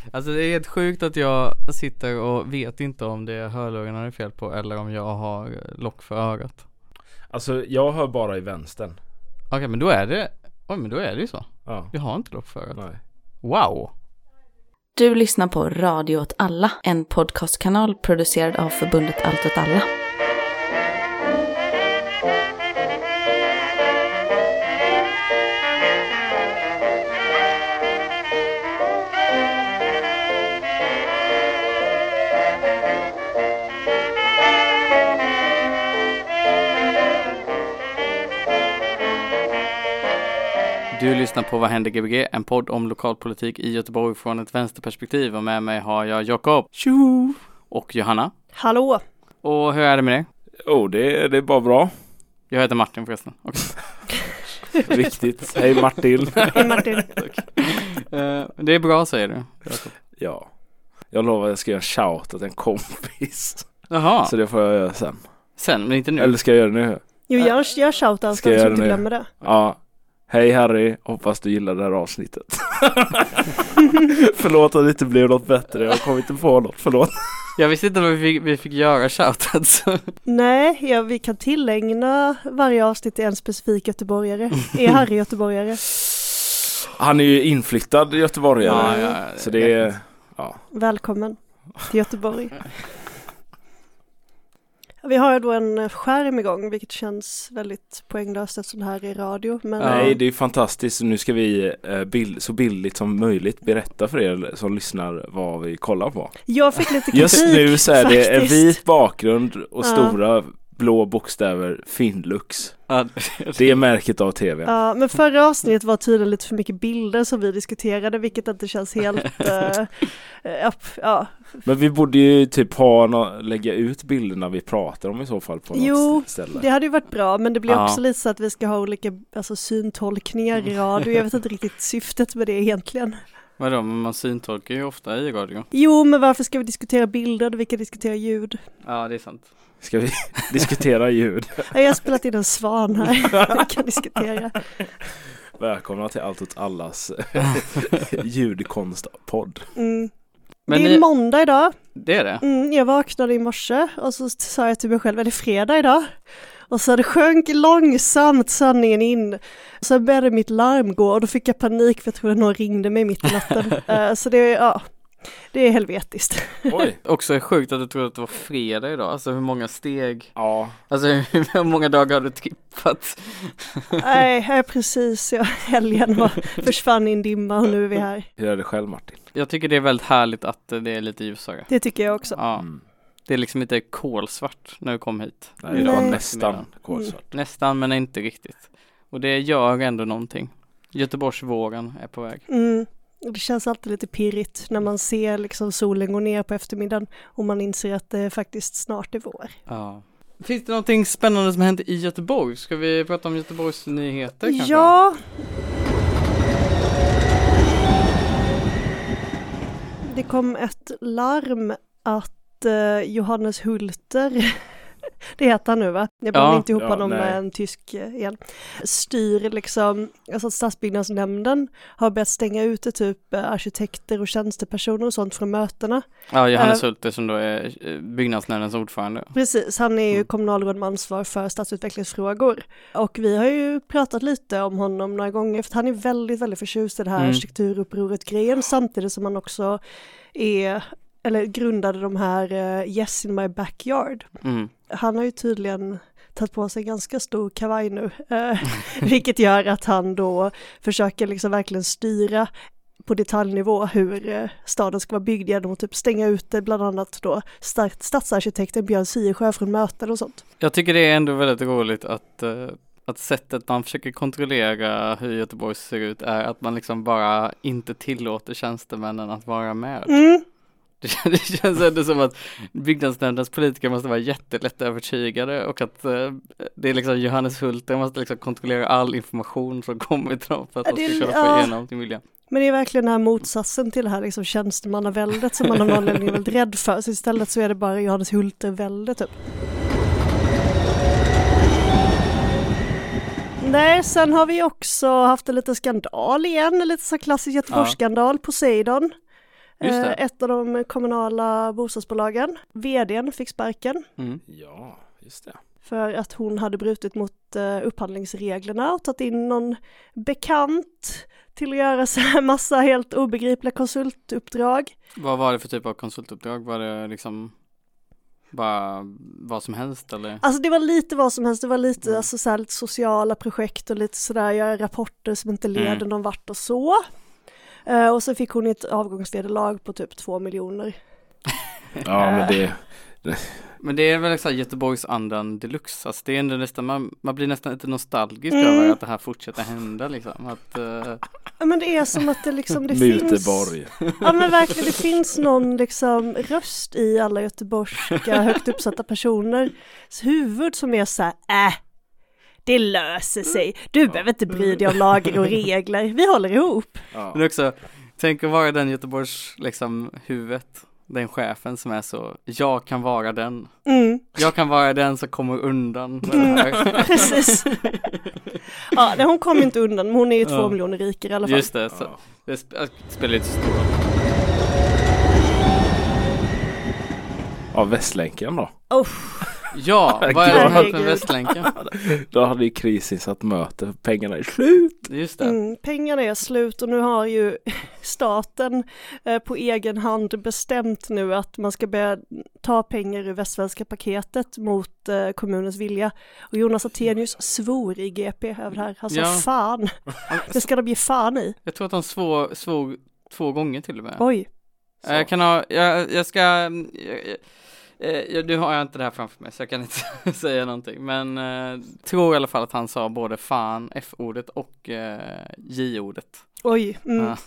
Alltså det är helt sjukt att jag sitter och vet inte om det är hörlurarna det är fel på eller om jag har lock för örat. Alltså jag hör bara i vänstern. Okej, men då är det... men då är det ju så. Ja. Jag har inte lock för örat. Nej. Wow! Du lyssnar på Radio åt alla, en podcastkanal producerad av förbundet Allt åt alla. Du lyssnar på Vad händer Gbg? En podd om lokalpolitik i Göteborg från ett vänsterperspektiv. Och med mig har jag Jakob. Tjo! Och Johanna. Hallå! Och hur är det med dig? Det är bara bra. Jag heter Martin förresten. Också. Riktigt. Hej Martin. Hej Martin. Det är bra, säger du, Jakob. Ja. Jag lovar att jag ska göra shout åt en kompis. Jaha. Så det får jag göra sen. Sen, men inte nu. Eller ska jag göra det nu? Jo, gör shoutout så att du inte glömmer det. Ja. Hej Harry, hoppas du gillar det här avsnittet. Förlåt att det inte blev något bättre. Jag kommer inte på något, förlåt. Jag visste inte om vi fick göra shoutouts. Nej, vi kan tillägna varje avsnitt till en specifik göteborgare. Är Harry göteborgare? Han är ju inflyttad göteborgare. Ja, så det är... Ja. Välkommen till Göteborg. Vi har då en skärm igång, vilket känns väldigt poänglöst eftersom det här är radio. Men... Nej, det är fantastiskt. Nu ska vi så billigt som möjligt berätta för er som lyssnar vad vi kollar på. Jag fick lite kritik. Just nu så är faktiskt. det en vit bakgrund och stora blå bokstäver Finlux. Det är märket av tv. Ja, men förra avsnittet var tydligen lite för mycket bilder som vi diskuterade, vilket inte känns helt... ja. Men vi borde ju typ lägga ut bilderna vi pratar om i så fall på något ställe. Jo, det hade ju varit bra, men det blir också lite så att vi ska ha olika syntolkningar i radio. Jag vet inte riktigt syftet med det egentligen. Vadå, men man syntolkar ju ofta i radio. Jo, men varför ska vi diskutera bilder och vi kan diskutera ljud? Ja, det är sant. Ska vi diskutera ljud? Jag har spelat in en svan här. Vi kan diskutera. Välkomna till Allt åt allas ljudkonstpodd. Mm. Men det är måndag idag. Det är det? Jag vaknade i morse och så sa jag till mig själv, är det fredag idag? Och så det sjönk långsamt sanningen in. Så började mitt larm gå och då fick jag panik för jag trodde någon ringde mig mitt i natten. Så det är helvetiskt. Oj. Också är sjukt att du trodde att det var fredag idag. Alltså hur många steg? Ja. Alltså hur många dagar har du trippat? Nej, precis. Helgen försvann i en dimma och nu är vi här. Hur är det själv, Martin? Jag tycker det är väldigt härligt att det är lite ljusare. Det tycker jag också. Ja. Det är liksom inte kolsvart när vi kom hit. Nej, det var nästan kolsvart. Nästan, men inte riktigt. Och det gör ändå någonting. Göteborgsvågen är på väg. Det känns alltid lite pirrigt när man ser liksom solen gå ner på eftermiddagen och man inser att det faktiskt snart är vår. Ja. Finns det någonting spännande som händer i Göteborg? Ska vi prata om Göteborgs nyheter kanske? Ja. Det kom ett larm att Johannes Hulter, det heter han nu va? Jag blandar inte ihop honom med en tysk igen. Styr liksom, alltså stadsbyggnadsnämnden har börjat stänga ute typ arkitekter och tjänstepersoner och sånt från mötena. Ja, Johannes Hulter som då är byggnadsnämndens ordförande. Precis, han är ju kommunalråd med ansvar för stadsutvecklingsfrågor. Och vi har ju pratat lite om honom några gånger för han är väldigt, väldigt förtjust i det här arkitekturupproret-grejen samtidigt som han också grundade de här Yes in my backyard. Han har ju tydligen tagit på sig en ganska stor kavaj nu. Vilket gör att han då försöker liksom verkligen styra på detaljnivå hur staden ska vara byggd genom att typ stänga ute bland annat då stadsarkitekten Björn Siersjö från möten och sånt. Jag tycker det är ändå väldigt roligt att sättet man försöker kontrollera hur Göteborg ser ut är att man liksom bara inte tillåter tjänstemännen att vara med. Det känns ändå som att byggnadsnämndens politiker måste vara jättelätt övertygade och att det är liksom Johannes Hulter måste liksom kontrollera all information som kommer till dem för att de ska köra på igenom sin vilja. Men det är verkligen den här motsatsen till det här liksom tjänstemannaväldet som man av någon anledning är väldigt rädd för. Så istället så är det bara Johannes Hulter-väldet typ. Nej, sen har vi också haft en liten skandal igen, en lite så klassisk Göteborgsskandal, Poseidon. Ett av de kommunala bostadsbolagen. VD:n fick sparken. Ja, just det. För att hon hade brutit mot upphandlingsreglerna och tagit in någon bekant till att göra så här massa helt obegripliga konsultuppdrag. Vad var det för typ av konsultuppdrag? Var det liksom bara vad som helst eller? Alltså det var lite vad som helst. Det var lite, alltså, så här, lite sociala projekt och lite sådär, göra rapporter som inte leder någon vart och så. Och så fick hon ett avgångsvederlag på typ 2 miljoner. Ja, men det... Men det är väl så här Göteborgsandan deluxe. Alltså det är ändå nästan, man blir nästan lite nostalgisk över att det här fortsätter hända liksom. Att, Ja, men det är som att det liksom, det Muteborg. finns... Ja, men verkligen, det finns någon liksom röst i alla göteborgska högt uppsatta personers huvud som är så här, det löser sig. Du behöver inte bry dig om lagar och regler. Vi håller ihop. Ja. Men också, tänk att vara den Göteborgs liksom huvudet. Den chefen som är så, jag kan vara den. Jag kan vara den som kommer undan med det här. Precis. Ja, hon kommer inte undan, men hon är ju 2 miljoner rikare i alla fall. Just det, så det spelar lite stor roll. Ja, Västlänken då. Ja, vad är det med Västlänken? Då hade ju krisinsatt möte, pengarna är slut. Just det. Pengarna är slut och nu har ju staten på egen hand bestämt nu att man ska börja ta pengar ur Västsvenska paketet mot kommunens vilja. Och Jonas Attenius svor i GP över det här. Alltså fan, det ska de ge fan i. Jag tror att han svor 2 gånger till och med. Oj. Jag ska... Nu har jag inte det här framför mig så jag kan inte säga någonting. Men tror i alla fall att han sa både fan, F-ordet och J-ordet. Oj.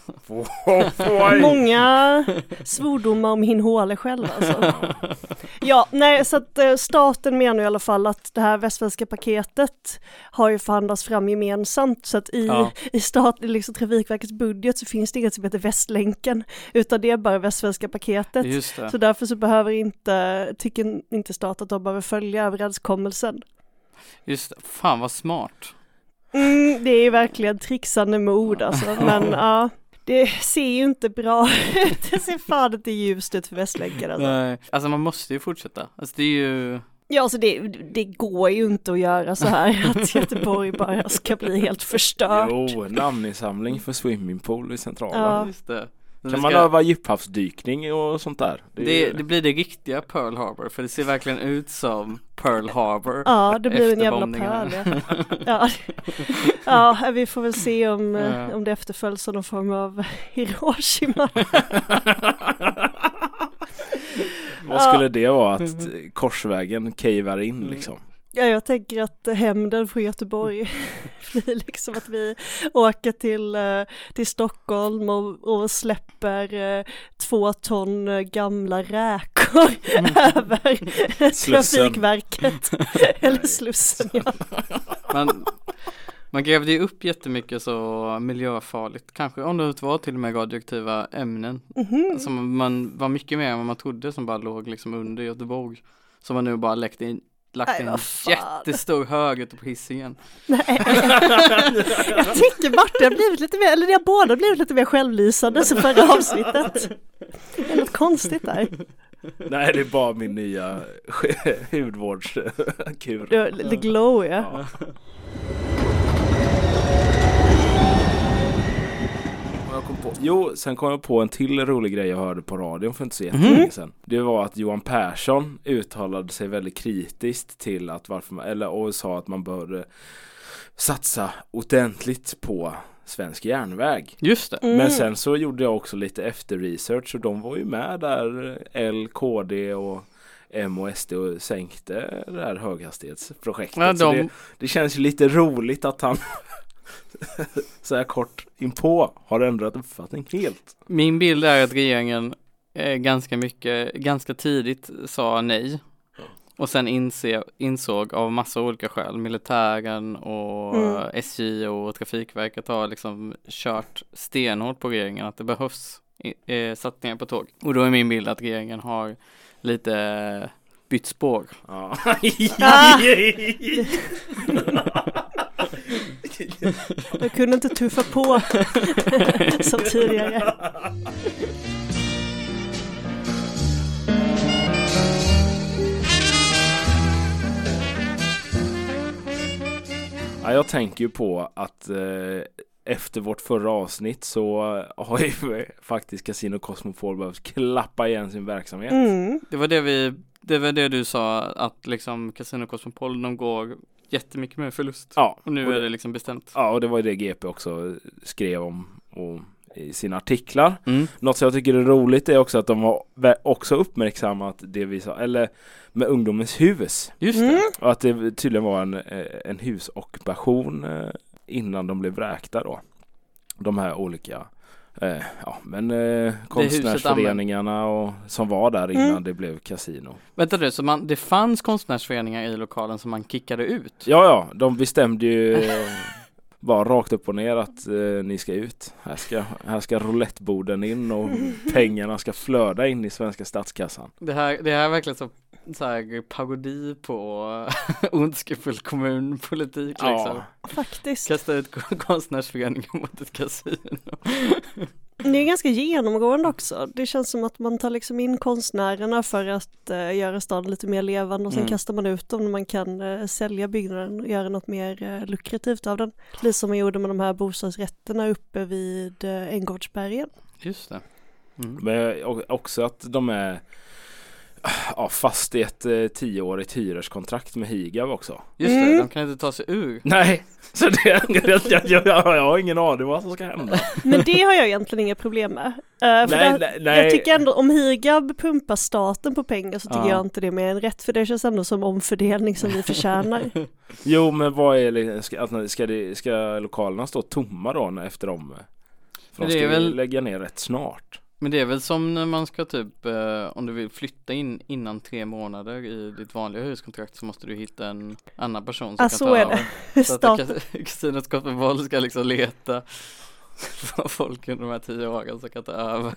Många svordomar om hin håle själv alltså. Ja, nej, så att staten menar i alla fall att det här västsvenska paketet har ju förhandlats fram gemensamt, så att i liksom Trafikverkets budget så finns det inget som heter Västlänken, utan det är bara västsvenska paketet. Just det. Så därför så tycker inte staten att de behöver följa överenskommelsen. Just det. Fan vad smart. Det är ju verkligen trixande med ord alltså, men ja, det ser ju inte bra ut. Det ser fan inte ljust ut för Västlänken alltså. Nej, alltså man måste ju fortsätta. Alltså det är ju... Ja, alltså det går ju inte att göra så här att Göteborg bara ska bli helt förstört. Jo, namninsamling för swimmingpool i centralen. Ja. Just det. Kan man öva djuphavsdykning och sånt där? Det blir det riktiga Pearl Harbor, för det ser verkligen ut som Pearl Harbor. Ja, det blir en jävla pärl. Ja, vi får väl se om det efterföljs av någon form av Hiroshima. Vad skulle det vara att korsvägen cavar in liksom? Ja, jag tänker att hämnden från Göteborg blir liksom att vi åker till Stockholm och släpper 2 ton gamla räkor över Trafikverket. Eller Slussen, ja. Man grävde ju upp jättemycket så miljöfarligt, kanske om det var till och med radioaktiva ämnen. Som man var mycket mer än vad man trodde, som bara låg liksom under Göteborg. Som man nu bara lagt in en jättestor hög ute på Hisingen. Nej, jag tycker Martin har blivit lite mer, eller jag båda blivit lite mer självlysande så förra avsnittet. Det är något konstigt där. Nej, det är bara min nya hudvårdskur. The glow, ja. Sen kom jag på en till rolig grej jag hörde på radion för inte så jättelänge sedan. Det var att Johan Persson uttalade sig väldigt kritiskt till att och sa att man bör satsa ordentligt på svensk järnväg. Just det. Men sen så gjorde jag också lite efterresearch och de var ju med där, L, KD och M och SD och sänkte det här höghastighetsprojektet. Ja, så det känns ju lite roligt att han så här kort inpå har ändrat uppfattning helt. Min bild är att regeringen ganska tidigt sa nej. Och sen insåg av massa olika skäl, militären och SJ och Trafikverket har liksom kört stenhårt på regeringen att det behövs satsningar på tåg. Och då är min bild att regeringen har lite bytt spår. Ja. Jag kunde inte tuffa på som tidigare. jag tänker ju på att efter vårt förra avsnitt så har ju faktiskt Casino Cosmopol behövt klappa igen sin verksamhet. Det var det du sa, att liksom Casino Cosmopol, de går jättemycket med förlust. Ja. Och nu är det liksom bestämt. Ja, och det var ju det GP också skrev om i sina artiklar. Något som jag tycker är roligt är också att de har också uppmärksammat det vi sa, eller med ungdomens hus. Just det. Och att det tydligen var en husockupation innan de blev vräkta då. De här olika konstnärsföreningarna och, som var där innan det blev kasino. Vänta du, så det fanns konstnärsföreningar i lokalen som man kickade ut? Ja, de bestämde ju bara rakt upp och ner att ni ska ut. Här ska rouletteborden in och pengarna ska flöda in i svenska statskassan. Det här är verkligen så här parodi på ondskefull kommunpolitik liksom. Ja, faktiskt. Kasta ut konstnärsföreningar mot ett kasino. Det är ganska genomgående också. Det känns som att man tar liksom in konstnärerna för att göra staden lite mer levande och sen kastar man ut dem när man kan sälja byggnaden och göra något mer lukrativt av den. Lite som man gjorde med de här bostadsrätterna uppe vid Änggårdsbergen. Just det. Men också att de är fast i ett 10-årigt hyreskontrakt med Higab också. Just det, de kan inte ta sig ur. Nej, så jag har ingen aning vad som ska hända. Men det har jag egentligen inga problem med. Nej. Jag tycker ändå, om Higab pumpar staten på pengar så tycker jag inte det är mer än rätt. För det känns ändå som omfördelning som vi förtjänar. Jo, men vad är det? Ska lokalerna stå tomma då efter dem? För de ska lägga ner rätt snart. Men det är väl som när man ska typ, om du vill flytta in innan 3 månader i ditt vanliga huskontrakt så måste du hitta en annan person som kan ta över. Så att Casino Cosmopol ska liksom leta för folk under de här 10 åren som kan ta över.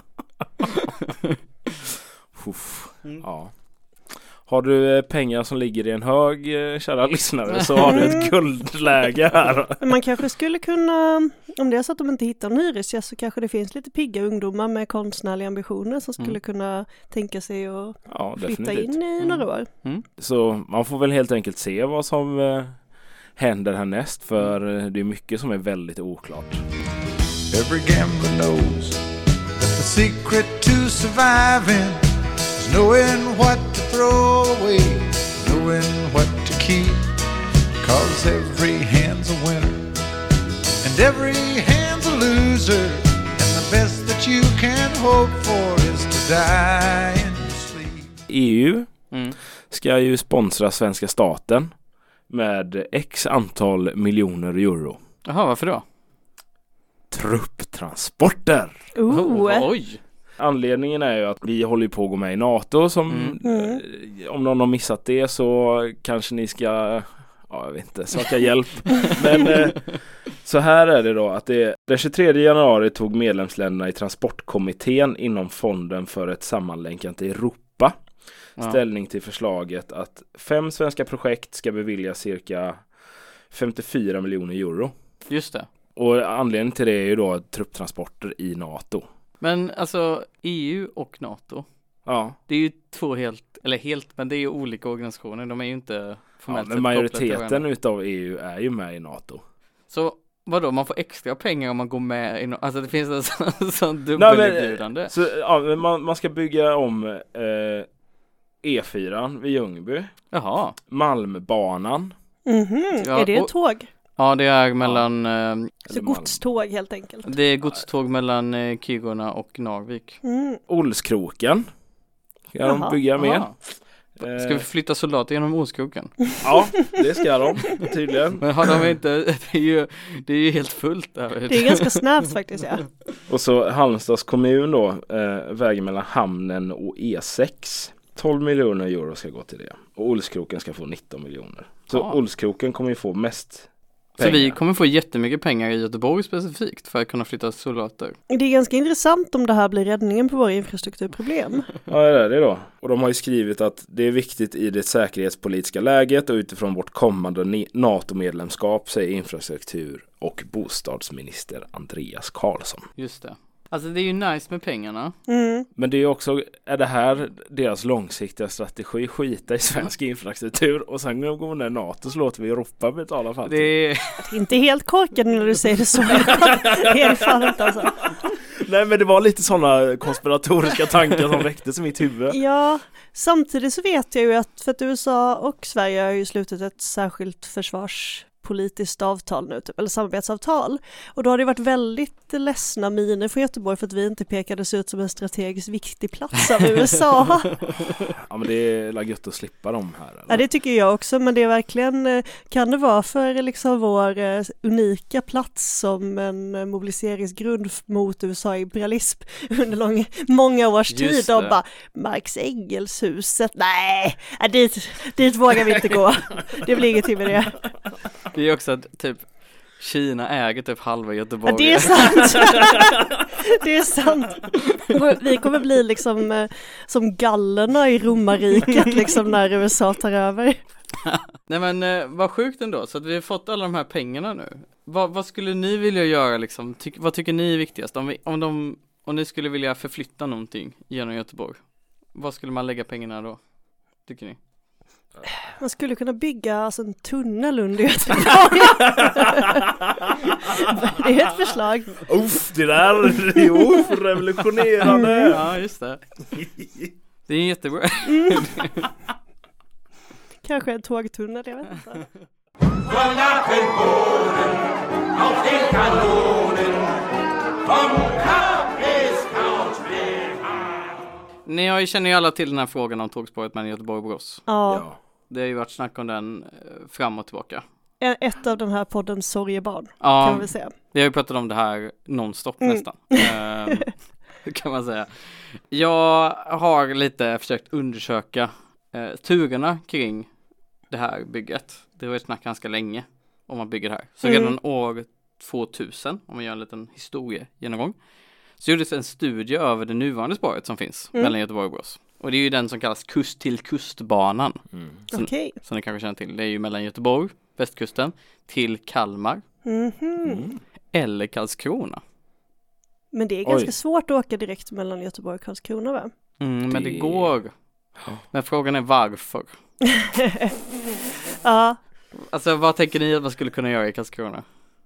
Ja. Har du pengar som ligger i en hög, kära lyssnare, så har du ett guldläge här. Man kanske skulle kunna, om det är så att de inte hittar en hyresgäst så kanske det finns lite pigga ungdomar med konstnärliga ambitioner som skulle kunna tänka sig att flytta in i några år. Så man får väl helt enkelt se vad som händer härnäst, för det är mycket som är väldigt oklart. Every gambler knows that the secret to surviving is knowing what to throw away, knowing what to keep, 'cause every hand's a winner and every hand's a loser, and the best that you can hope for is to die in your sleep. EU ska ju sponsra svenska staten med x antal miljoner euro. Jaha, varför då? Trupptransporter. Oj. Anledningen är ju att vi håller på att gå med i NATO som om någon har missat det så kanske ni ska jag vet inte, söka hjälp. Men så här är det då att den 23 januari tog medlemsländerna i transportkommittén inom fonden för ett sammanlänkat Europa ställning till förslaget att 5 svenska projekt ska bevilja cirka 54 miljoner euro. Just det. Och anledningen till det är ju då trupptransporter i NATO. Men alltså EU och NATO. Ja. Det är ju två men det är ju olika organisationer. De är ju inte formellt men majoriteten utav EU är ju med i NATO. Så vadå, man får extra pengar om man går med i alltså det finns en sån dubbelerbjudande. Man ska bygga om E4 vid Ljungby. Jaha. Malmbanan. Är det ett tåg? Ja, det är mellan... så godståg helt enkelt. Det är godståg mellan Kiruna och Narvik. Olskroken. Ska de bygga med. Ska vi flytta soldater genom Olskroken? Ja, det ska de tydligen. Men har de inte... Det är ju helt fullt där. Det är ganska snabbt faktiskt, ja. Och så Halmstads kommun då, vägen mellan hamnen och E6. 12 miljoner euro ska gå till det. Och Olskroken ska få 19 miljoner. Så Olskroken kommer ju få mest pengar. Så vi kommer få jättemycket pengar i Göteborg specifikt för att kunna flytta soldater. Det är ganska intressant om det här blir räddningen på våra infrastrukturproblem. Ja, det är det då. Och de har ju skrivit att det är viktigt i det säkerhetspolitiska läget och utifrån vårt kommande NATO-medlemskap, säger infrastruktur- och bostadsminister Andreas Karlsson. Just det. Alltså det är ju nice med pengarna. Men det är ju också, är det här deras långsiktiga strategi? Skita i svensk infrastruktur och sen går man ner NATO så låter vi Europa betala för allt. Det är inte helt korkat när du säger det så. Det är det fan inte alltså. Nej, men det var lite sådana konspiratoriska tankar som väcktes i mitt huvud. Ja, samtidigt så vet jag ju att för att USA och Sverige har ju slutit ett särskilt försvarspolitiskt avtal nu, typ, eller samarbetsavtal. Och då har det varit väldigt ledsna miner från Göteborg för att vi inte pekades ut som en strategiskt viktig plats av USA. Ja, men det är gött att slippa dem här. Eller? Ja, det tycker jag också, men det är verkligen, kan det vara för liksom vår unika plats som en mobiliseringsgrund mot USA-imperialism under många års tid och bara Marx Engelshuset, nej, dit vågar vi inte gå. Det blir ingenting med det. Det är också att typ Kina äger typ halva Göteborg. Ja, det är sant. Det är sant. Vi kommer bli liksom som gallerna i romarriket liksom när USA tar över. Nej men vad sjukt ändå, så att vi har fått alla de här pengarna nu. Vad skulle ni vilja göra liksom? Vad tycker ni är viktigast? Om ni skulle vilja förflytta någonting genom Göteborg, vad skulle man lägga pengarna då? Tycker ni? Man skulle kunna bygga en tunnel under Göteborg. Det är ett förslag. Det där är revolutionerande. Ja, just det. Det är jättebra. Kanske en tågtunnel, jag vet inte. Ni känner ju alla till den här frågan om tågspåret mellan Göteborg och Borås. Ja. Det har ju varit snack om den fram och tillbaka. Ett av den här poddens sorgebarn, ja, kan vi säga. Vi har ju pratat om det här nonstop nästan. Kan man säga. Jag har lite försökt undersöka turerna kring det här bygget. Det har ju snack ganska länge om man bygger det här. Så redan år 2000, om man gör en liten historiegenomgång, så gjordes en studie över det nuvarande spåret som finns mellan Göteborg och Borås. Och det är ju den som kallas kust-till-kustbanan. Som ni kanske känner till. Det är ju mellan Göteborg, västkusten, till Kalmar eller Karlskrona. Men det är ganska svårt att åka direkt mellan Göteborg och Karlskrona, va? Men det går. Men frågan är varför. Ja. Alltså vad tänker ni att man skulle kunna göra i Karlskrona?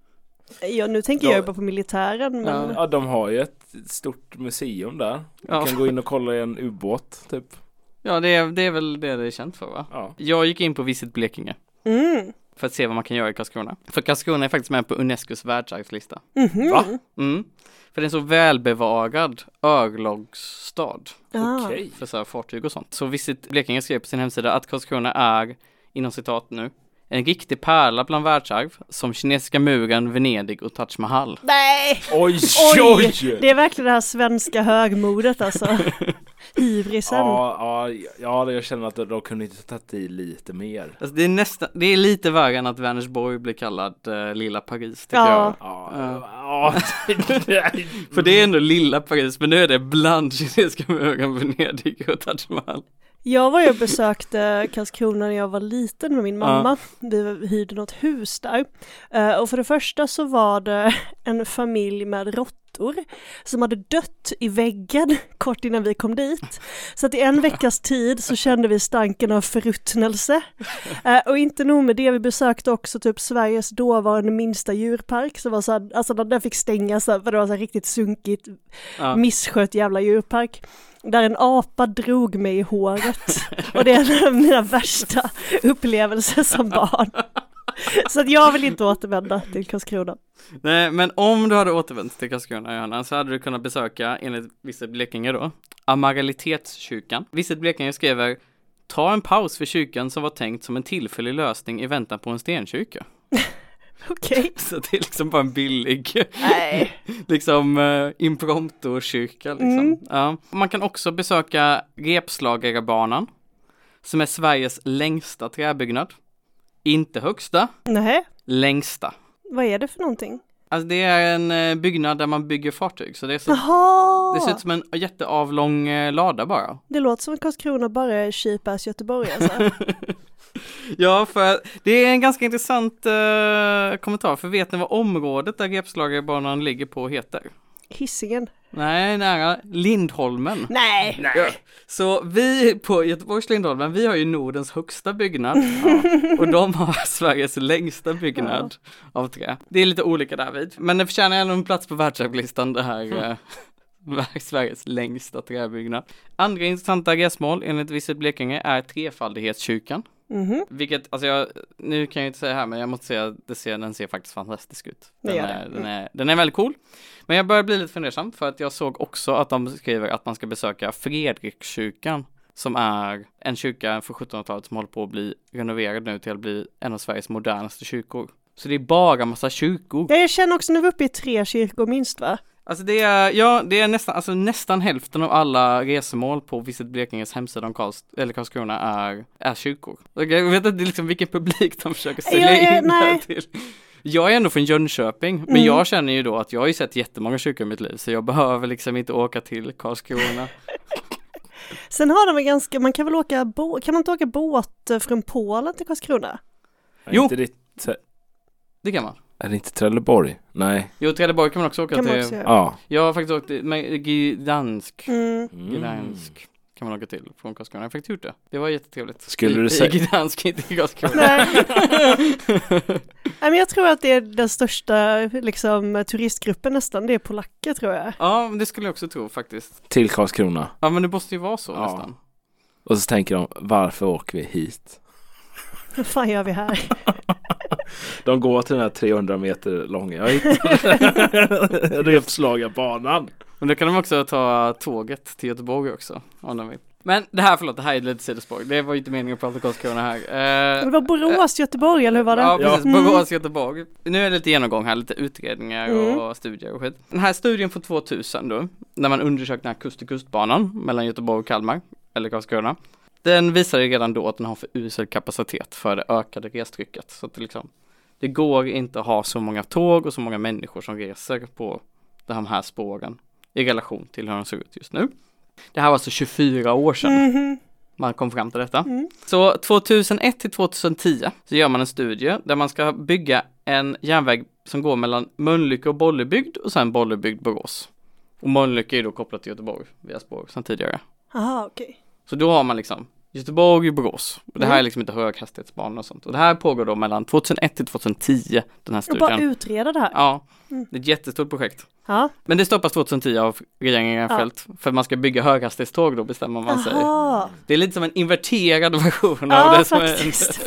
Ja, nu tänker jag bara på militären. Men... Ja, de har ju ett stort museum där. Du kan gå in och kolla i en ubåt, typ. Ja, det är väl det är känt för, va? Ja. Jag gick in på Visit Blekinge. För att se vad man kan göra i Karlskrona. För Karlskrona är faktiskt med på Unescos världsarvslista. Va? För det är en så välbevarad örlogsstad. Okej. För så här fartyg och sånt. Så Visit Blekinge skrev på sin hemsida att Karlskrona är, inom citat nu, en riktig pärla bland världsarv som kinesiska muren, Venedig och Taj Mahal. Nej! Oj! Det är verkligen det här svenska högmodet alltså. Hybrisen. Ja, jag känner att de kunde inte tagit i lite mer. Alltså det är lite värre än att Vänersborg blir kallad Lilla Paris, tycker jag. Ja. För det är ändå Lilla Paris, men nu är det bland kinesiska muren, Venedig och Taj Mahal. Jag var ju och besökte Karlskrona när jag var liten med min mamma. Vi hyrde något hus där. Och för det första så var det en familj med råttor som hade dött i väggen kort innan vi kom dit. Så att i en veckas tid så kände vi stanken av förruttnelse. Och inte nog med det, vi besökte också typ Sveriges dåvarande minsta djurpark. Så var så här, alltså den fick stängas för det var så här riktigt sunkigt, misskött jävla djurpark. Där en apa drog mig i håret. Och det är en av mina värsta upplevelser som barn. Så att jag vill inte återvända till Karlskrona. Nej, men om du hade återvänt till Karlskrona, Johanna, så hade du kunnat besöka, enligt Visit Blekinge då, Amaralitetskyrkan. Visit Blekinge skriver: ta en paus för kyrkan som var tänkt som en tillfällig lösning i väntan på en stenkyrka. Okej. Så det är liksom bara en billig liksom impromptu-kyrka liksom. Ja. Man kan också besöka Repslagarabanan, som är Sveriges längsta träbyggnad. Inte högsta. Nej. Längsta. Vad är det för någonting? Alltså det är en byggnad där man bygger fartyg. Så det, är så, det ser ut som en jätteavlång lada bara. Det låter som att Karlskrona bara är cheap ass Göteborg alltså. Ja, för det är en ganska intressant kommentar. För vet ni vad området där Repslagarabanan ligger på heter? Hisingen. Nej, nära Lindholmen. Nej. Ja. Så vi på Göteborgs Lindholmen, vi har ju Nordens högsta byggnad. Och de har Sveriges längsta byggnad av trä. Det är lite olika därvid. Men det förtjänar ändå en plats på världsarvslistan, det här Sveriges längsta träbyggnad. Andra intressanta resmål enligt Visit Blekinge är Trefaldighetskyrkan. Vilket, alltså nu kan jag inte säga här, men jag måste säga att den ser faktiskt fantastisk ut. Den är väldigt cool. Men jag börjar bli lite fundersam för att jag såg också att de skriver att man ska besöka Fredrikskyrkan, som är en kyrka från 1700-talet som håller på att bli renoverad nu till att bli en av Sveriges modernaste kyrkor. Så det är bara massa kyrkor. Jag känner också, nu är vi uppe i 3 kyrkor minst, va? Alltså det är nästan hälften av alla resemål på Visit Blekinges hemsida om Karlskrona är kyrkor. Och jag vet inte liksom vilken publik de försöker sälja in det till. Jag är ändå från Jönköping, men jag känner ju då att jag har ju sett jättemånga kyrkor i mitt liv, så jag behöver liksom inte åka till Karlskrona. Sen har de ganska, man kan väl kan man inte åka båt från Polen till Karlskrona? Jo, det kan man. Är det inte Trelleborg? Nej. Jo, Trelleborg kan man också åka till. Ja. Jag har faktiskt åkt med Gdansk. Gdansk kan man åka till från Karlskrona. Jag har faktiskt gjort det. Det var jättetrevligt. Skulle du säga Gdansk, inte i Karlskrona. Nej, men jag tror att det är den största liksom, turistgruppen nästan. Det är polacker, tror jag. Ja, det skulle jag också tro faktiskt. Till Karlskrona. Ja, men det måste ju vara så nästan. Och så tänker de, varför åker vi hit? Vad fan gör vi här? De går till den här 300 meter långa Repslagarbanan. Men då kan de också ta tåget till Göteborg också, om de vill. Men det här är lite sidospår. Det var ju inte meningen att prata Karlskrona här. Det var Borås, Göteborg, eller hur var det? Ja, precis. Borås, Göteborg. Nu är det lite genomgång här, lite utredningar och studier och skit. Den här studien från 2000 då, när man undersökte den här kust-till-kustbanan mellan Göteborg och Kalmar, eller Karlskrona. Den visade redan då att den har för usel kapacitet för det ökade restrycket. Så att det går inte att ha så många tåg och så många människor som reser på de här spåren i relation till hur de ser ut just nu. Det här var alltså 24 år sedan man kom fram till detta. Så 2001 till 2010 så gör man en studie där man ska bygga en järnväg som går mellan Mölnlycke och Bollebygd och sen Bollebygd-Borås. Och Mölnlycke är då kopplat till Göteborg via spår sedan tidigare. Aha, okej. Så då har man liksom Göteborg och Borås. Och det här är liksom inte höghastighetsbanor och sånt. Och det här pågår då mellan 2001 till 2010, den här studien. Och bara utreda det här? Ja, det är ett jättestort projekt. Ja. Men det stoppas 2010 av regeringen Reinfeldt. För att man ska bygga höghastighetståg då, bestämmer man sig. Det är lite som en inverterad version av det som faktiskt.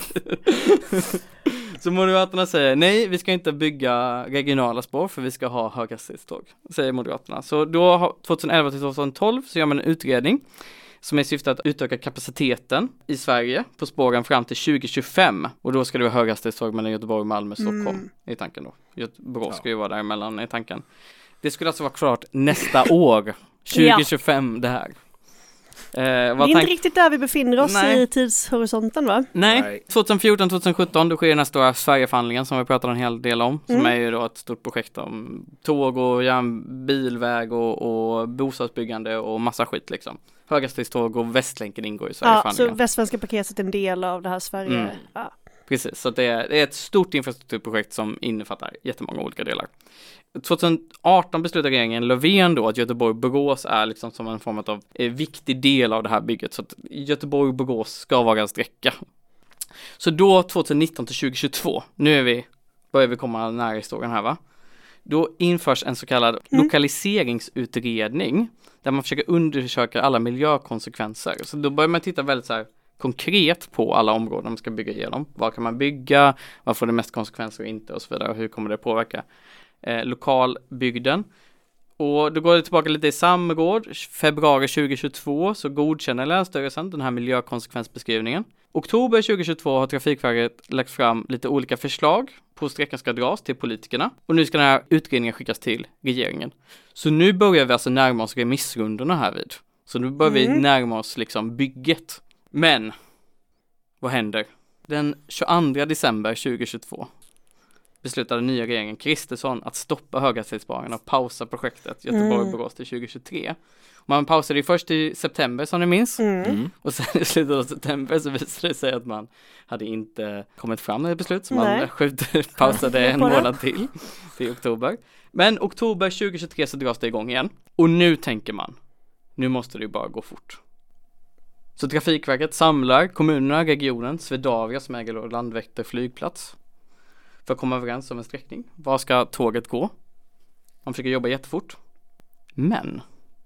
Så Moderaterna säger nej, vi ska inte bygga regionala spår för vi ska ha höghastighetståg, säger Moderaterna. Så då 2011 till 2012 så gör man en utredning som är syftet att utöka kapaciteten i Sverige på spåren fram till 2025. Och då ska det vara höghastighetståg mellan Göteborg, Malmö och Stockholm i tanken då. Borås ska ju vara däremellan i tanken. Det skulle alltså vara klart nästa år, 2025, det här. Det är inte riktigt där vi befinner oss i tidshorisonten, va? Nej. 2014-2017 då sker den här stora Sverigeförhandlingen som vi pratar en hel del om. Som är ju då ett stort projekt om tåg och bilväg och bostadsbyggande och massa skit liksom. Höghastighetståg och Västlänken ingår i Sverigeförhandlingen. Ja, så Västsvenska paketet är en del av det här Sverige. Ja. Precis, så det är ett stort infrastrukturprojekt som innefattar jättemånga olika delar. 2018 beslutade regeringen Löfven då att Göteborg-Borås är liksom som en form av viktig del av det här bygget. Så att Göteborg-Borås ska vara en sträcka. Så då 2019 till 2022, börjar vi komma nära historien här, va? Då införs en så kallad lokaliseringsutredning där man försöker undersöka alla miljökonsekvenser. Så då börjar man titta väldigt så här konkret på alla områden man ska bygga igenom. Vad kan man bygga? Vad får det mest konsekvenser och inte? Och så vidare. Hur kommer det påverka lokalbygden? Och då går det tillbaka lite i samråd. Februari 2022 så godkänner Länsstyrelsen den här miljökonsekvensbeskrivningen. Oktober 2022 har Trafikverket lagt fram lite olika förslag på hur sträckan ska dras till politikerna. Och nu ska den här utredningen skickas till regeringen. Så nu börjar vi alltså närma oss remissrundorna här vid. Så nu börjar vi närma oss liksom bygget. Men, vad händer? Den 22 december 2022, beslutade nya regeringen Kristersson att stoppa höghastighetsbanan och pausa projektet Göteborg-Borås till 2023. Man pausade ju först i september som ni minns. Och sen i slutet av september så visade det sig att man hade inte kommit fram med ett beslut. Så man pausade en månad till oktober. Men oktober 2023 så dras det igång igen. Och nu tänker man, nu måste det ju bara gå fort. Så Trafikverket samlar kommunerna, regionen, Swedavia som äger Landvetter flygplats för att komma överens om en sträckning. Var ska tåget gå? Man försöker jobba jättefort. Men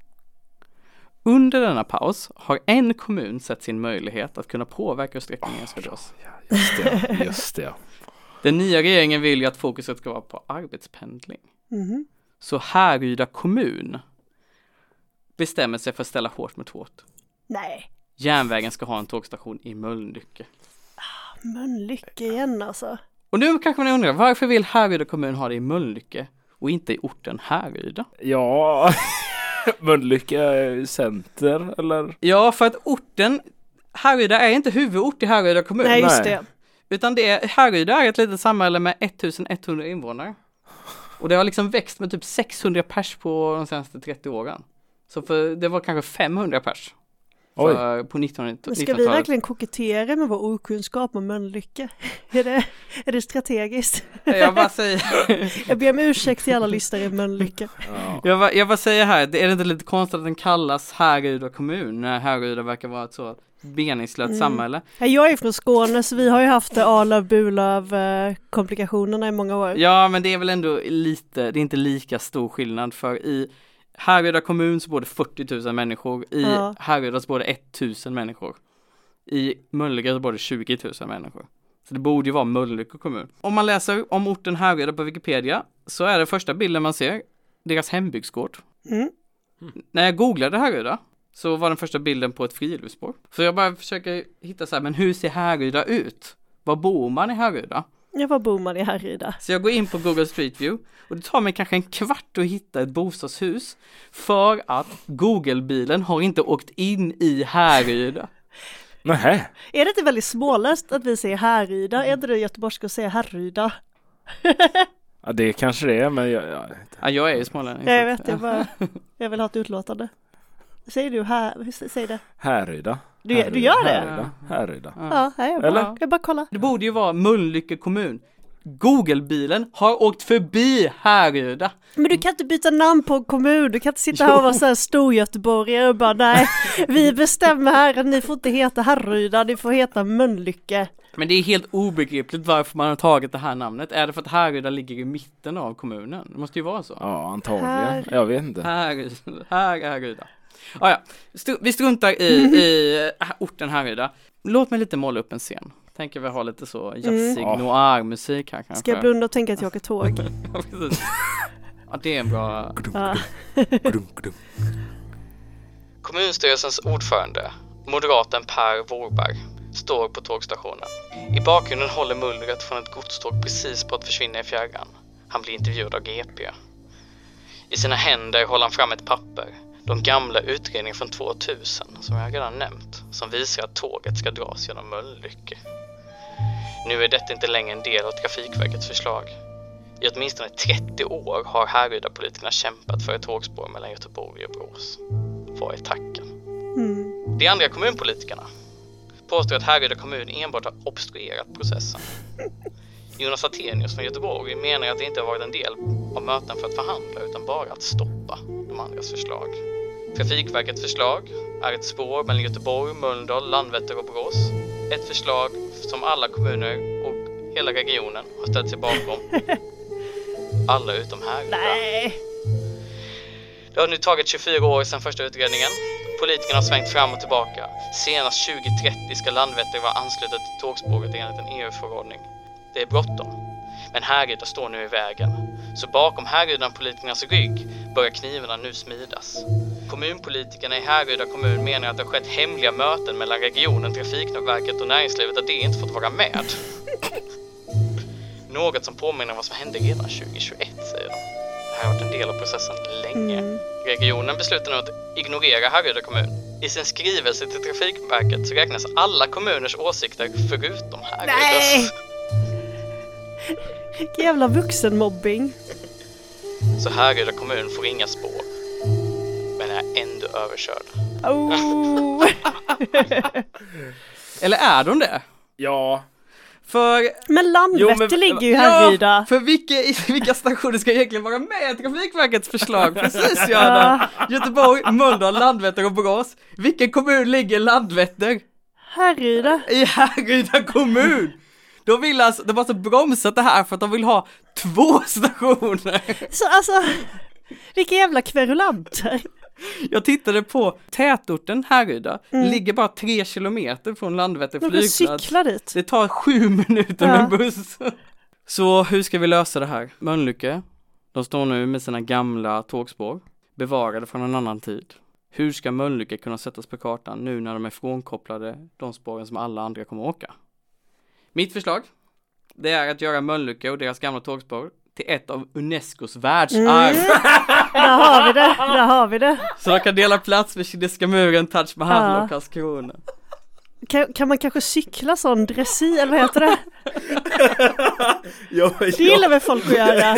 under denna paus har en kommun sett sin möjlighet att kunna påverka hur sträckningen ska dras. Just det. Den nya regeringen vill ju att fokuset ska vara på arbetspendling. Så Härryda kommun bestämmer sig för att ställa hårt mot hårt. Nej. Järnvägen ska ha en tågstation i Mölnlycke. Mölnlycke igen alltså. Och nu kanske man undrar, varför vill Härryda kommun ha det i Mölnlycke och inte i orten Härryda? Ja, Mölnlycke center eller? Ja, för att orten Härryda är inte huvudort i Härryda kommun. Nej, just det. Utan Härryda är ett litet samhälle med 1100 invånare. Och det har liksom växt med typ 600 pers på de senaste 30 åren. Så det var kanske 500 pers. På 1900-talet. Ska vi verkligen kokettera med vår okunskap om Mölnlycke? Är det strategiskt? Jag bara säger... Jag ber om ursäkt till alla lyssnare i Mölnlycke. Jag bara säger här, det är inte lite konstigt att den kallas Härryda kommun när Härryda verkar vara ett så meningslöst samhälle. Jag är från Skåne så vi har ju haft Arlöv-Burlöv-komplikationerna i många år. Ja, men det är väl ändå det är inte lika stor skillnad för i Härryda kommun så bor det 40 000 människor. I Härryda så bor det 1 000 människor. I Mölnlycke så bor det 20 000 människor. Så det borde ju vara Mölnlycke kommun. Om man läser om orten Härryda på Wikipedia så är det första bilden man ser deras hembygdsgård. När jag googlade Härryda så var den första bilden på ett friluftsspår. Så jag bara försöker hitta så här, men hur ser Härryda ut? Var bor man i Härryda? Ja, var bor man i Härryda? Så jag går in på Google Street View och det tar mig kanske en kvart att hitta ett bostadshus för att Google-bilen har inte åkt in i Härryda. Nähä. Är det inte väldigt smålöst att vi säger Härryda? Är det det göteborgska att säga Härryda? Ja, det kanske det är, men jag är ju smålänning. Jag vet, jag vill ha ett utlåtande. Säger du säg det? Härryda. Du gör det? Härryda. Ja, jag bara kolla. Det borde ju vara Mölnlycke kommun. Google-bilen har åkt förbi Härryda. Men du kan inte byta namn på en kommun. Du kan inte sitta här och vara så här stor göteborgare och bara nej, vi bestämmer här att ni får inte heta Härryda, ni får heta Mölnlycke. Men det är helt obegripligt varför man har tagit det här namnet. Är det för att Härryda ligger i mitten av kommunen? Det måste ju vara så. Ja, antagligen. Jag vet inte. Härryda. Ja. Vi struntar i orten Härryda. Låt mig lite måla upp en scen. Tänker vi ha lite så jazzig noir-musik här kanske. Ska jag blunda och tänka att jag åker tåg? Ja, precis. Ja, det är en bra... Kommunstyrelsens ordförande, moderaten Per Vårberg, står på tågstationen. I bakgrunden håller mullret från ett godståg precis på att försvinna i fjärran. Han blir intervjuad av GP. I sina händer håller han fram ett papper. De gamla utredningen från 2000 som jag redan nämnt, som visar att tåget ska dras genom Mölnlycke. Nu är detta inte längre en del av Trafikverkets förslag. I åtminstone 30 år har Härryda-politikerna kämpat för ett tågspår mellan Göteborg och Borås. Vad är tacken? De andra kommunpolitikerna påstår att Härryda kommun enbart har obstruerat processen. Jonas Attenius från Göteborg menar att det inte har varit en del av möten för att förhandla utan bara att stoppa de andras förslag. Trafikverkets förslag är ett spår mellan Göteborg, Mölndal, Landvetter och Borås. Ett förslag som alla kommuner och hela regionen har ställt sig bakom. Alla utom Härryda. Nej. Det har nu tagit 24 år sedan första utredningen. Politikerna har svängt fram och tillbaka. Senast 2030 ska Landvetter vara anslutet till tågspåret enligt en EU-förordning. Det är bråttom. Men Härryda står nu i vägen. Så bakom Härryda-politikernas rygg börjar knivarna nu smidas. Kommunpolitikerna i Härryda kommun menar att det har skett hemliga möten mellan regionen, Trafikverket och näringslivet och det inte fått vara med. Något som påminner om vad som hände redan 2021, säger de. Det här har varit en del av processen länge. Regionen beslutar nu att ignorera Härryda kommun. I sin skrivelse till Trafikverket så räknas alla kommuners åsikter förutom Härrydas. Nej! Vilken jävla vuxenmobbing. Så Härryda kommun får inga spår, men är ändå överkörd. Oh. Eller är de det? Ja. Men Landvetter ligger ju Härryda. Ja, för vilka stationer ska egentligen vara med i Trafikverkets förslag? Precis, Göran. Göteborg, Mölndal, Landvetter och Borås. Vilken kommun ligger Landvetter? Härryda. I Härryda kommun. De har alltså bromsat det här för att de vill ha 2 stationer. Så alltså, vilka jävla kverulanter. Jag tittade på tätorten Härryda. Ligger bara 3 kilometer från Landvetter flygplats. Cykla dit. Det tar 7 minuter med buss. Så hur ska vi lösa det här? Mölnlycke, de står nu med sina gamla tågspår, bevarade från en annan tid. Hur ska Mölnlycke kunna sättas på kartan nu när de är frånkopplade de spåren som alla andra kommer åka? Mitt förslag, det är att göra Mölnlycke och deras gamla tågspår till ett av Unescos världsarv. Där har vi det. Så de kan dela plats med Kinesiska muren, Taj Mahal och Karlskrona. Kan man kanske cykla sån dressyr, eller vad heter det? Det gillar väl folk att göra.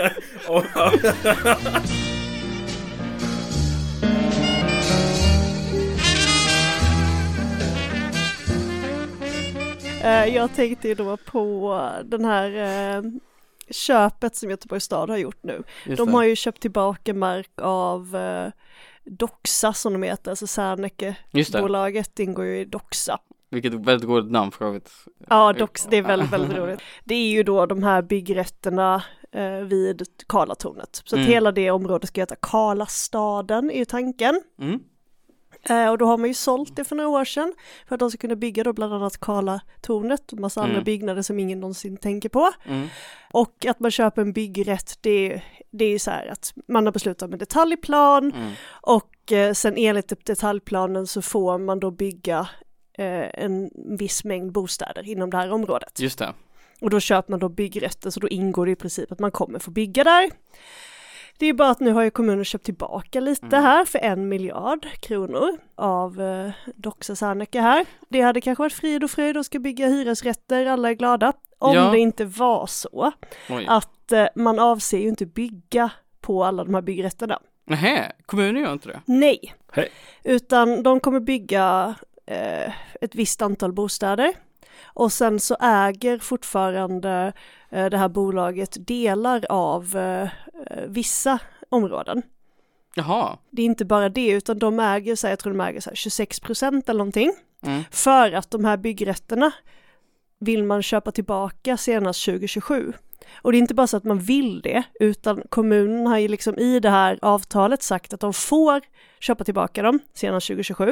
Jag tänkte ju då på den här köpet som Göteborgs stad har gjort nu. De har ju köpt tillbaka mark av Doxa som de heter, alltså Serneke-bolaget ingår ju i Doxa. Vilket väldigt roligt namn för övrigt. Ja, Doxa, det är väldigt, väldigt roligt. Det är ju då de här byggrätterna vid Karlatornet. Så att hela det området ska heta Karlastaden är tanken. Och då har man ju sålt det för några år sedan för att de ska kunna bygga då bland annat Karlatornet och massa andra byggnader som ingen någonsin tänker på. Och att man köper en byggrätt, det är ju så här att man har beslutat om en detaljplan och sen enligt detaljplanen så får man då bygga en viss mängd bostäder inom det här området. Just det. Och då köper man då byggrätter, så då ingår det i princip att man kommer få bygga där. Det är bara att nu har ju kommunen köpt tillbaka lite här för 1 miljard kronor av Doxa Serneke här. Det hade kanske varit frid och fröjd och ska bygga hyresrätter, alla är glada. Om det inte var så att man avser ju inte bygga på alla de här byggrätterna. Nej, kommunen gör inte det? Nej, Hej. Utan de kommer bygga ett visst antal bostäder. Och sen så äger fortfarande det här bolaget delar av vissa områden. Jaha. Det är inte bara det, utan de äger, så jag tror de äger så här 26% eller någonting. För att de här byggrätterna vill man köpa tillbaka senast 2027. Och det är inte bara så att man vill det, utan kommunen har ju liksom i det här avtalet sagt att de får köpa tillbaka dem senast 2027.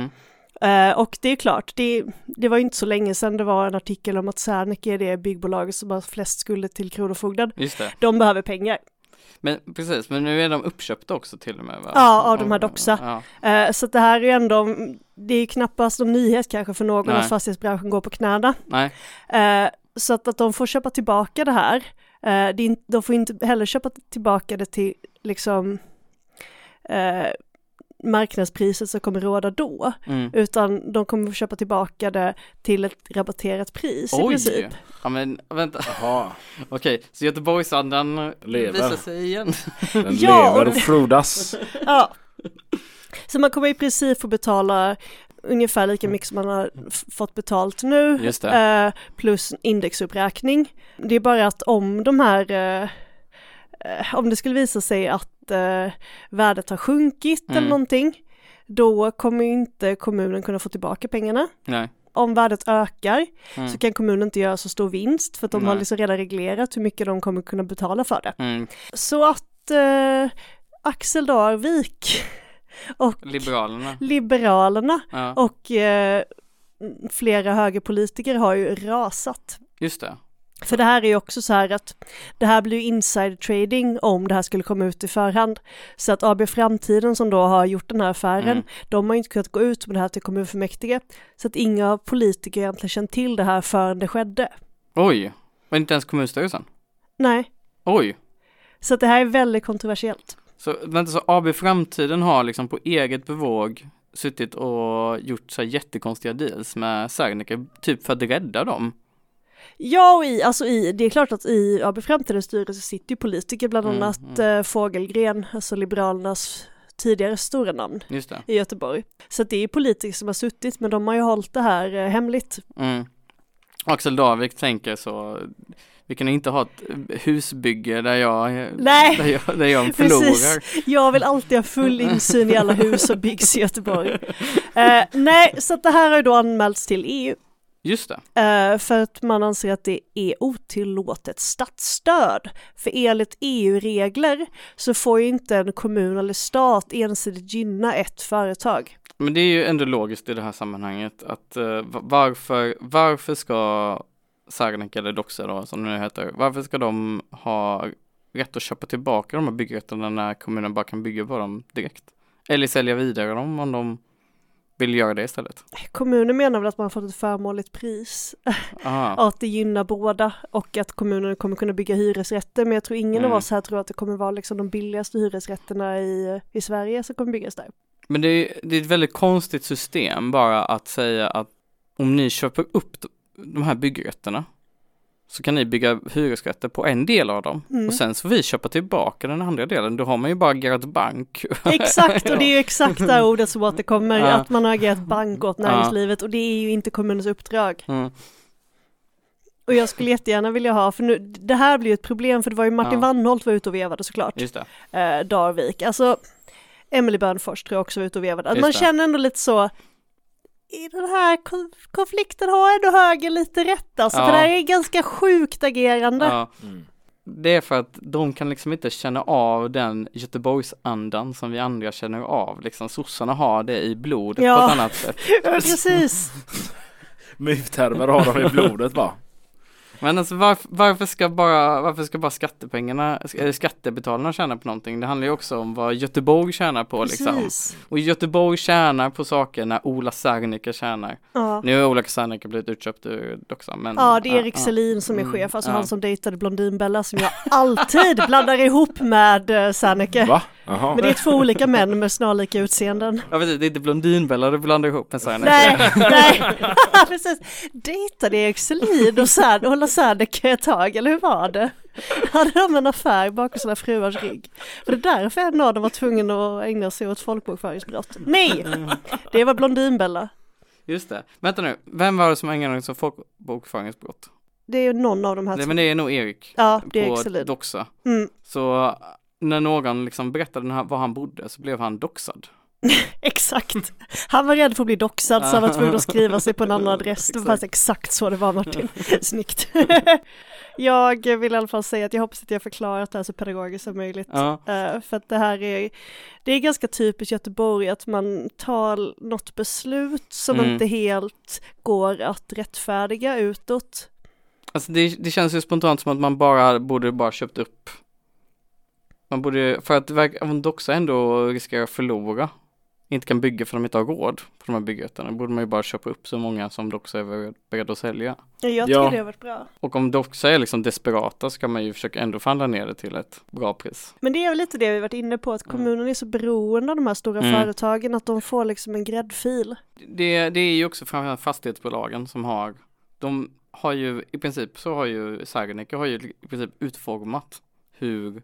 Och det är klart, det var ju inte så länge sedan det var en artikel om att Serneke är det byggbolaget som har flest skulder till kronofogden. Just det. De behöver pengar. Men precis, men nu är de uppköpta också till och med, va? Ja, av de här Doxa. Så det här är ju ändå, det är knappast någon nyhet kanske för någon att fastighetsbranschen går på knäna. Nej. Så att de får köpa tillbaka det här. De får inte heller köpa tillbaka det till liksom marknadspriset som kommer råda då, utan de kommer köpa tillbaka det till ett rabatterat pris i princip. Ja men vänta. Okej, så Göteborgsandan visar sig igen. Den lever och frodas. Ja. Så man kommer i princip få betala ungefär lika mycket som man har fått betalt nu. Just det. Plus indexuppräkning. Det är bara att om de här om det skulle visa sig att värdet har sjunkit eller någonting, då kommer inte kommunen kunna få tillbaka pengarna. Nej. Om värdet ökar så kan kommunen inte göra så stor vinst för att de har liksom redan reglerat hur mycket de kommer kunna betala för det. Så att Axel Darvik och Liberalerna och flera högerpolitiker har ju rasat. Just det. För det här är ju också så här att det här blir insider trading om det här skulle komma ut i förhand. Så att AB Framtiden som då har gjort den här affären, de har inte kunnat gå ut med det här till kommunfullmäktige. Så att inga politiker egentligen känt till det här förrän det skedde. Oj, var inte ens kommunstyrelsen? Nej. Oj. Så att det här är väldigt kontroversiellt. Så AB Framtiden har liksom på eget bevåg suttit och gjort så här jättekonstiga deals med Serneke, typ för att rädda dem? Ja, och det är klart att i AB Framtidens styrelse sitter ju politiker, bland annat Fågelgren, alltså Liberalernas tidigare stora namn i Göteborg. Så det är politiker som har suttit, men de har ju hållit det här hemligt. Axel Davik tänker så, vi kan inte ha ett husbygge där jag förlorar. Precis. Jag vill alltid ha full insyn i alla hus som byggs i Göteborg. Nej, så att det här har ju då anmälts till EU. Just det. För att man anser att det är otillåtet statsstöd. För enligt EU-regler så får ju inte en kommun eller stat ensidigt gynna ett företag. Men det är ju ändå logiskt i det här sammanhanget att varför ska Serneke eller Doxa då, som det nu heter, varför ska de ha rätt att köpa tillbaka de här byggrätterna när kommunen bara kan bygga på dem direkt? Eller sälja vidare dem om de vill göra det istället? Kommunen menar väl att man har fått ett förmånligt pris. Att det gynnar båda och att kommunen kommer kunna bygga hyresrätter. Men jag tror ingen av oss här tror att det kommer vara liksom de billigaste hyresrätterna i Sverige som kommer byggas där. Men det är ett väldigt konstigt system bara att säga att om ni köper upp de här byggrätterna så kan ni bygga hyresrätter på en del av dem och sen så får vi köpa tillbaka den andra delen. Då har man ju bara agerat bank. Exakt, och det är ju exakt det ordet som återkommer, att man har agerat bank åt näringslivet och det är ju inte kommunens uppdrag. Och jag skulle jättegärna vilja ha, för nu, det här blir ju ett problem, för det var ju Martin Wannholt var ute och vevade såklart. Just det. Darvik, alltså Emily Börnfors tror jag också var ute och vevade. Att man känner ändå lite så, i den här konflikten har ändå höger lite rätt. Alltså, för det här är ganska sjukt agerande. Ja. Det är för att de kan liksom inte känna av den Göteborgsandan som vi andra känner av. Liksom, sossarna har det i blodet på ett annat sätt. Precis. Myftermer har de i blodet, va? Men alltså varför ska bara skattebetalarna tjäna på någonting? Det handlar ju också om vad Göteborg tjänar på. Liksom. Och Göteborg tjänar på saker när Ola Serneke tjänar. Nu har Ola Serneke blivit utköpt ur Doxa. Men, det är Erik Selin som är chef. Alltså han som dejtade Blondinbella, som jag alltid blandar ihop med Serneke. Va? Men det är två olika män med snarlika utseenden. Jag vet inte, det är inte Blondinbella du blandar ihop med Serneke. Nej. Precis. Dejtade Erik Selin och hålla Serneke ett tag, eller hur var det? Hade de en affär bakom sina fruars rygg? Och det är därför en av dem var tvungen att ägna sig åt folkbokföringsbrott. Nej, det var Blondinbella. Just det. Vänta nu, vem var det som ägnade sig åt folkbokföringsbrott? Det är ju någon av de här. Men det är nog Erik. Ja, det är Erik Selin. Doxa. Så när någon liksom berättade var han bodde så blev han doxad. Exakt. Han var rädd för att bli doxad så han var tvungen att skriva sig på en annan adress. Det var faktiskt exakt så det var, Martin. Snyggt. Jag vill i alla fall säga att jag hoppas att jag förklarat det här så pedagogiskt som möjligt. För att det här är ganska typiskt Göteborg, att man tar något beslut som inte helt går att rättfärdiga utåt. Alltså det känns ju spontant som att man borde köpt upp. Man borde, för att om Doxa ändå riskerar att förlora, inte kan bygga för att de inte har råd på de här byggrätterna, borde man ju bara köpa upp så många som Doxa är beredd att sälja. Jag tycker det har varit bra. Och om Doxa är liksom desperata så kan man ju försöka ändå förhandla ner det till ett bra pris. Men det är väl lite det vi varit inne på, att kommunen är så beroende av de här stora företagen att de får liksom en gräddfil. Det är ju också framförallt fastighetsbolagen som har ju i princip, så har ju Serneke i princip utformat hur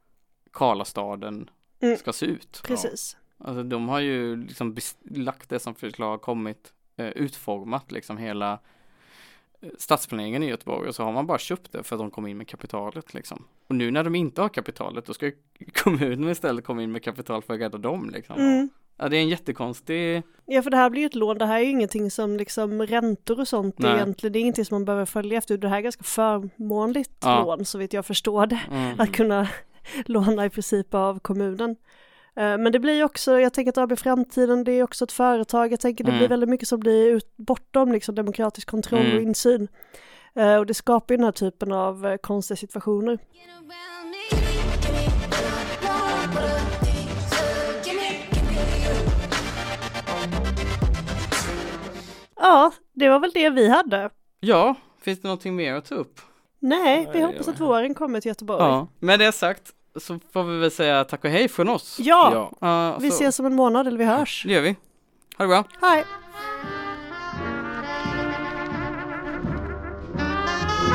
Karlastaden ska se ut. Precis. Alltså de har ju liksom lagt det som förslag har kommit, utformat liksom hela stadsplaneringen i Göteborg, och så har man bara köpt det för att de kom in med kapitalet liksom. Och nu när de inte har kapitalet, då ska kommunen istället komma in med kapital för att rädda dem liksom. Ja, det är en jättekonstig... Ja, för det här blir ju ett lån. Det här är ju ingenting som liksom räntor och sånt egentligen. Det är ingenting som man behöver följa efter. Det här är ganska förmånligt lån, så vitt jag förstår det. Att kunna låna i princip av kommunen. Men det blir också, jag tänker att AB Framtiden, det är också ett företag. Jag tänker det blir väldigt mycket som blir bortom liksom demokratisk kontroll och insyn. Och det skapar ju den här typen av konstiga situationer. Ja, det var väl det vi hade. Ja, finns det någonting mer att ta upp? Nej, vi hoppas att våren kommer till Göteborg. Ja, med det sagt så får vi väl säga tack och hej från oss. Ja. Vi ses om en månad, eller vi hörs. Det gör vi. Ha det bra. Hej.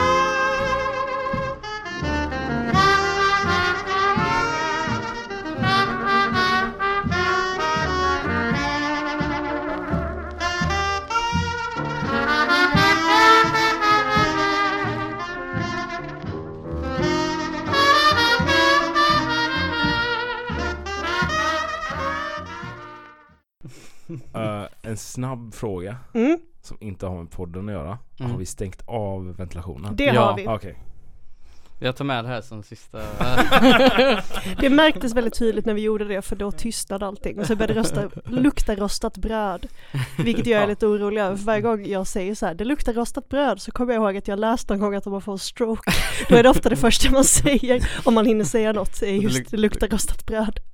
En snabb fråga som inte har med podden att göra. Har vi stängt av ventilationen? Det har vi. Okay. Jag tar med det här som sista. Det märktes väldigt tydligt när vi gjorde det, för då tystnade allting och så började det lukta rostat bröd, vilket jag är lite orolig över. För varje gång jag säger så här, det luktar rostat bröd, så kommer jag ihåg att jag läst någon gång att man får stroke. Då är det ofta det första man säger om man hinner säga något, är just det luktar rostat bröd.